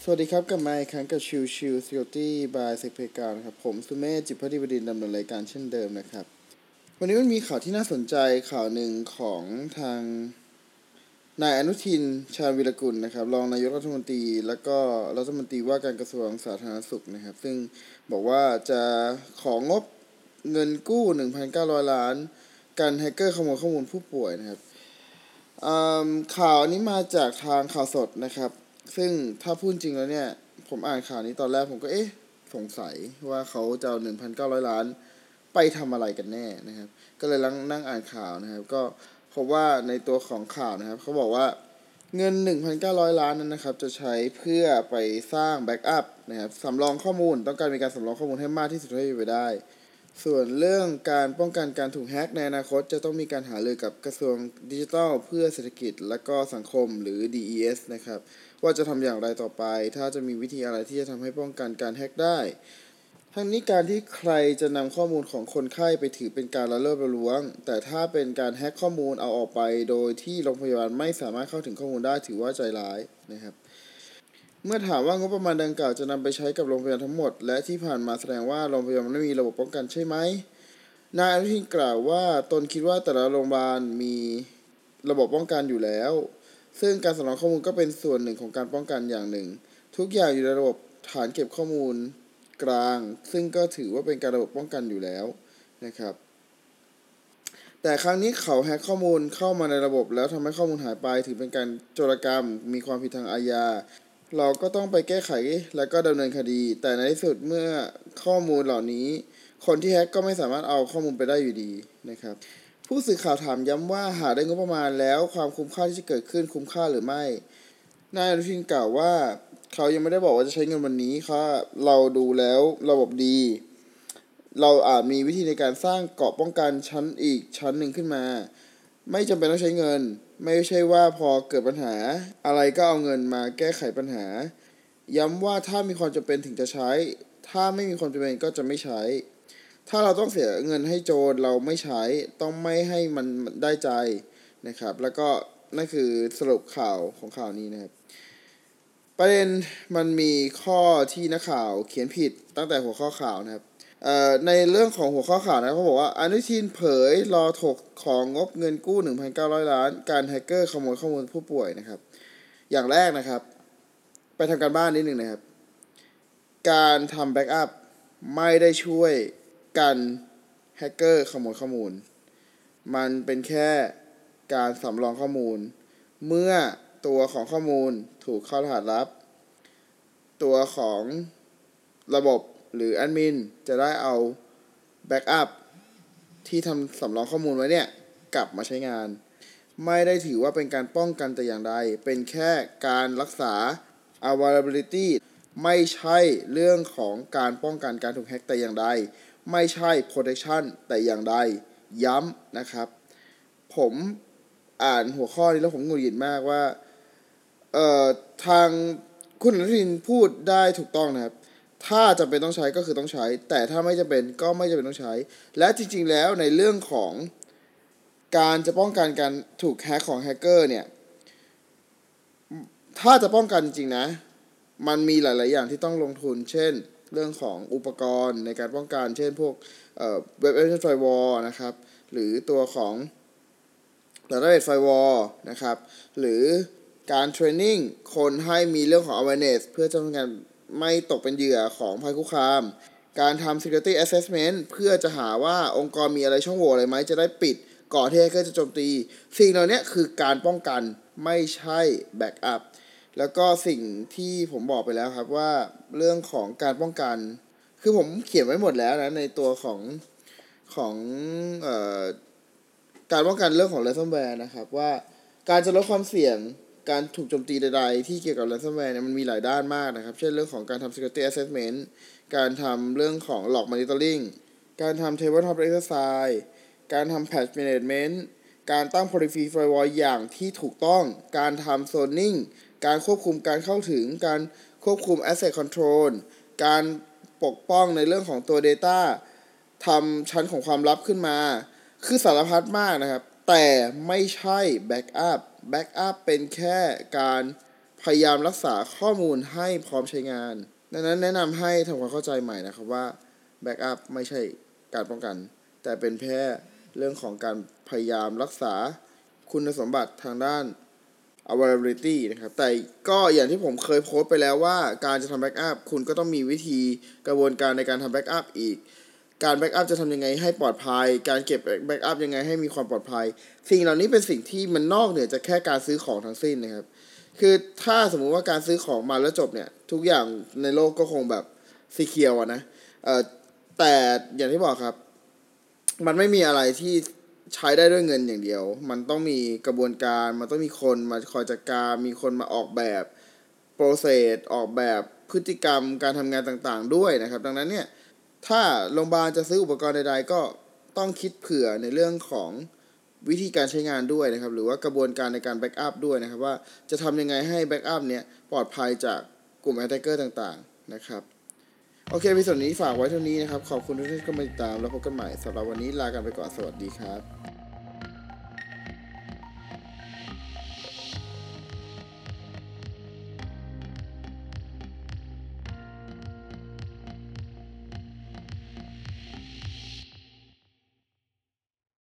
วัสดีครับกลับมาอีกครั้งกับชิว Security by Secpegal นะครับผมสุเมธ จิตพัฒนิบดินทร์ดำเนินรายการเช่นเดิมนะครับวันนี้มันมีข่าวที่น่าสนใจข่าวหนึ่งของทางนายอนุทินชาญวีรกุลนะครับรองนายกรัฐมนตรีแล้วก็รัฐมนตรีว่าการกระทรวงสาธารณสุขนะครับซึ่งบอกว่าจะของบเงินกู้ 1,900 ล้านกันแฮกเกอร์ขโมยข้อมูลผู้ป่วยนะครับข่าวนี้มาจากทางข่าวสดนะครับซึ่งถ้าพูดจริงแล้วเนี่ยผมอ่านข่าวนี้ตอนแรกผมก็สงสัยว่าเขาจะเอา 1,900 ล้านไปทำอะไรกันแน่นะครับก็เลยนั่งอ่านข่าวนะครับก็พบว่าในตัวของข่าวนะครับเขาบอกว่าเงิน 1,900 ล้านนั้นนะครับจะใช้เพื่อไปสร้างแบ็กอัพนะครับสำรองข้อมูลต้องการมีการสำรองข้อมูลให้มากที่สุดเท่าที่จะไปได้ส่วนเรื่องการป้องกันการถูกแฮกในอนาคตจะต้องมีการหารือกับกระทรวงดิจิทัลเพื่อเศรษฐกิจและก็สังคมหรือ DES นะครับว่าจะทำอย่างไรต่อไปถ้าจะมีวิธีอะไรที่จะทำให้ป้องกันการแฮกได้ทั้งนี้การที่ใครจะนำข้อมูลของคนไข้ไปถือเป็นการละเมิดละล้วงแต่ถ้าเป็นการแฮกข้อมูลเอาออกไปโดยที่โรงพยาบาลไม่สามารถเข้าถึงข้อมูลได้ถือว่าใจร้ายนะครับเมื่อถามว่างบประมาณดังกล่าวจะนำไปใช้กับโรงพยาบาลทั้งหมดและที่ผ่านมาแสดงว่าโรงพยาบาลไม่มีระบบป้องกันใช่ไหมนายอนุทินกล่าวว่าตนคิดว่าแต่ละโรงพยาบาลมีระบบป้องกันอยู่แล้วซึ่งการสำรองข้อมูลก็เป็นส่วนหนึ่งของการป้องกันอย่างหนึ่งทุกอย่างอยู่ในระบบฐานเก็บข้อมูลกลางซึ่งก็ถือว่าเป็นการระบบป้องกันอยู่แล้วนะครับแต่ครั้งนี้เขาแฮกข้อมูลเข้ามาในระบบแล้วทำให้ข้อมูลหายไปถือเป็นการโจรกรรมมีความผิดทางอาญาเราก็ต้องไปแก้ไขและก็ดำเนินคดีแต่ในที่สุดเมื่อข้อมูลเหล่านี้คนที่แฮกก็ไม่สามารถเอาข้อมูลไปได้อยู่ดีนะครับผู้สื่อข่าวถามย้ำว่าหากได้งบประมาณแล้วความคุ้มค่าที่จะเกิดขึ้นคุ้มค่าหรือไม่นายอนุทินกล่าวว่าเขายังไม่ได้บอกว่าจะใช้เงินวันนี้ค่ะเราดูแล้วระบบดีเราอาจมีวิธีในการสร้างเกราะป้องกันชั้นอีกชั้นหนึ่งขึ้นมาไม่จำเป็นต้องใช้เงินไม่ใช่ว่าพอเกิดปัญหาอะไรก็เอาเงินมาแก้ไขปัญหาย้ำว่าถ้ามีความจำเป็นถึงจะใช้ถ้าไม่มีความจำเป็นก็จะไม่ใช้ถ้าเราต้องเสียเงินให้โจรเราไม่ใช้ต้องไม่ให้มันได้ใจนะครับแล้วก็นั่นคือสรุปข่าวของข่าวนี้นะครับประเด็นมันมีข้อที่นักข่าวเขียนผิดตั้งแต่หัวข้อข่าวนะครับในเรื่องของหัวข้อข่าวนะเขาบอกว่าอนุทินเผยรอถกของงบเงินกู้ 1,900 ล้านการแฮกเกอร์ขโมยข้อมูลผู้ป่วยนะครับอย่างแรกนะครับไปทำการบ้านนิดนึงนะครับการทำแบ็กอัพไม่ได้ช่วยกันแฮกเกอร์ขโมยข้อมูลมันเป็นแค่การสำรองข้อมูลเมื่อตัวของข้อมูลถูกเข้ารหัสลับตัวของระบบหรือแอดมินจะได้เอาแบ็กอัพที่ทำสำรองข้อมูลไว้เนี่ยกลับมาใช้งานไม่ได้ถือว่าเป็นการป้องกันแต่อย่างใดเป็นแค่การรักษา availability ไม่ใช่เรื่องของการป้องกันการถูกแฮ็กแต่อย่างใดไม่ใช่ protection แต่อย่างใดย้ำนะครับผมอ่านหัวข้อนี้แล้วผมหงุดหงิดมากว่าทางคุณอนุทินพูดได้ถูกต้องนะครับถ้าจำเป็นต้องใช้ก็คือต้องใช้แต่ถ้าไม่จำเป็นก็ไม่จำเป็นต้องใช้และจริงๆแล้วในเรื่องของการจะป้องกันการถูกแฮกของแฮกเกอร์เนี่ยถ้าจะป้องกันจริงๆนะมันมีหลายๆอย่างที่ต้องลงทุนเช่นเรื่องของอุปกรณ์ในการป้องกันเช่นพวกเว็บแอปพลิเคชันไฟวอลนะครับหรือตัวของDatabase Firewall นะครับหรือการเทรนนิ่งคนให้มีเรื่องของ awareness เพื่อจะทำงานไม่ตกเป็นเหยื่อของภัยคุกคามการทำ security assessment เพื่อจะหาว่าองค์กรมีอะไรช่องโหว่อะไรไหมจะได้ปิดก่อนที่แฮกเกอร์จะโจมตีสิ่งเหล่านี้คือการป้องกันไม่ใช่แบ็กอัพแล้วก็สิ่งที่ผมบอกไปแล้วครับว่าเรื่องของการป้องกันคือผมเขียนไว้หมดแล้วนะในตัวของการป้องกันเรื่องของ ransomware นะครับว่าการจะลดความเสี่ยงการถูกโจมตีใดๆที่เกี่ยวกับ ransomware เนี่ยมันมีหลายด้านมากนะครับเช่นเรื่องของการทำ security assessment การทำเรื่องของ log monitoring การทำ tabletop exercise การทำ patch management การตั้ง policy firewall อย่างที่ถูกต้องการทำ zoning การควบคุมการเข้าถึงการควบคุม asset control การปกป้องในเรื่องของตัว data ทำชั้นของความลับขึ้นมาคือสารพัดมากนะครับแต่ไม่ใช่แบ็กอัพเป็นแค่การพยายามรักษาข้อมูลให้พร้อมใช้งานดังนั้นแนะนำให้ทำความเข้าใจใหม่นะครับว่าแบ็กอัพไม่ใช่การป้องกันแต่เป็นแค่เรื่องของการพยายามรักษาคุณสมบัติทางด้าน availability นะครับแต่ก็อย่างที่ผมเคยโพสต์ไปแล้วว่าการจะทำแบ็กอัพคุณก็ต้องมีวิธีกระบวนการในการทำแบ็กอัพอีกการแบ็กอัพจะทำยังไงให้ปลอดภัยการเก็บแบ็กอัพยังไงให้มีความปลอดภัยสิ่งเหล่านี้เป็นสิ่งที่มันนอกเหนือจากแค่การซื้อของทั้งสิ้นนะครับคือถ้าสมมุติว่าการซื้อของมาแล้วจบเนี่ยทุกอย่างในโลกก็คงแบบซีเคียวนะแต่อย่างที่บอกครับมันไม่มีอะไรที่ใช้ได้ด้วยเงินอย่างเดียวมันต้องมีกระบวนการมันต้องมีคนมาคอยจัดการมีคนมาออกแบบโปรเซสออกแบบพฤติกรรมการทำงานต่างๆด้วยนะครับดังนั้นเนี่ยถ้าโรงพยาบาลจะซื้ออุปกรณ์ใดๆก็ต้องคิดเผื่อในเรื่องของวิธีการใช้งานด้วยนะครับหรือว่ากระบวนการในการแบ็กอัพด้วยนะครับว่าจะทำยังไงให้แบ็กอัพเนี่ยปลอดภัยจากกลุ่มแอตแทกเกอร์ต่างๆนะครับโอเคในส่วนนี้ฝากไว้เท่านี้นะครับขอบคุณทุกท่านที่เข้ามาติดตามแล้วพบกันใหม่สำหรับวันนี้ลากันไปก่อนสวัสดีครับ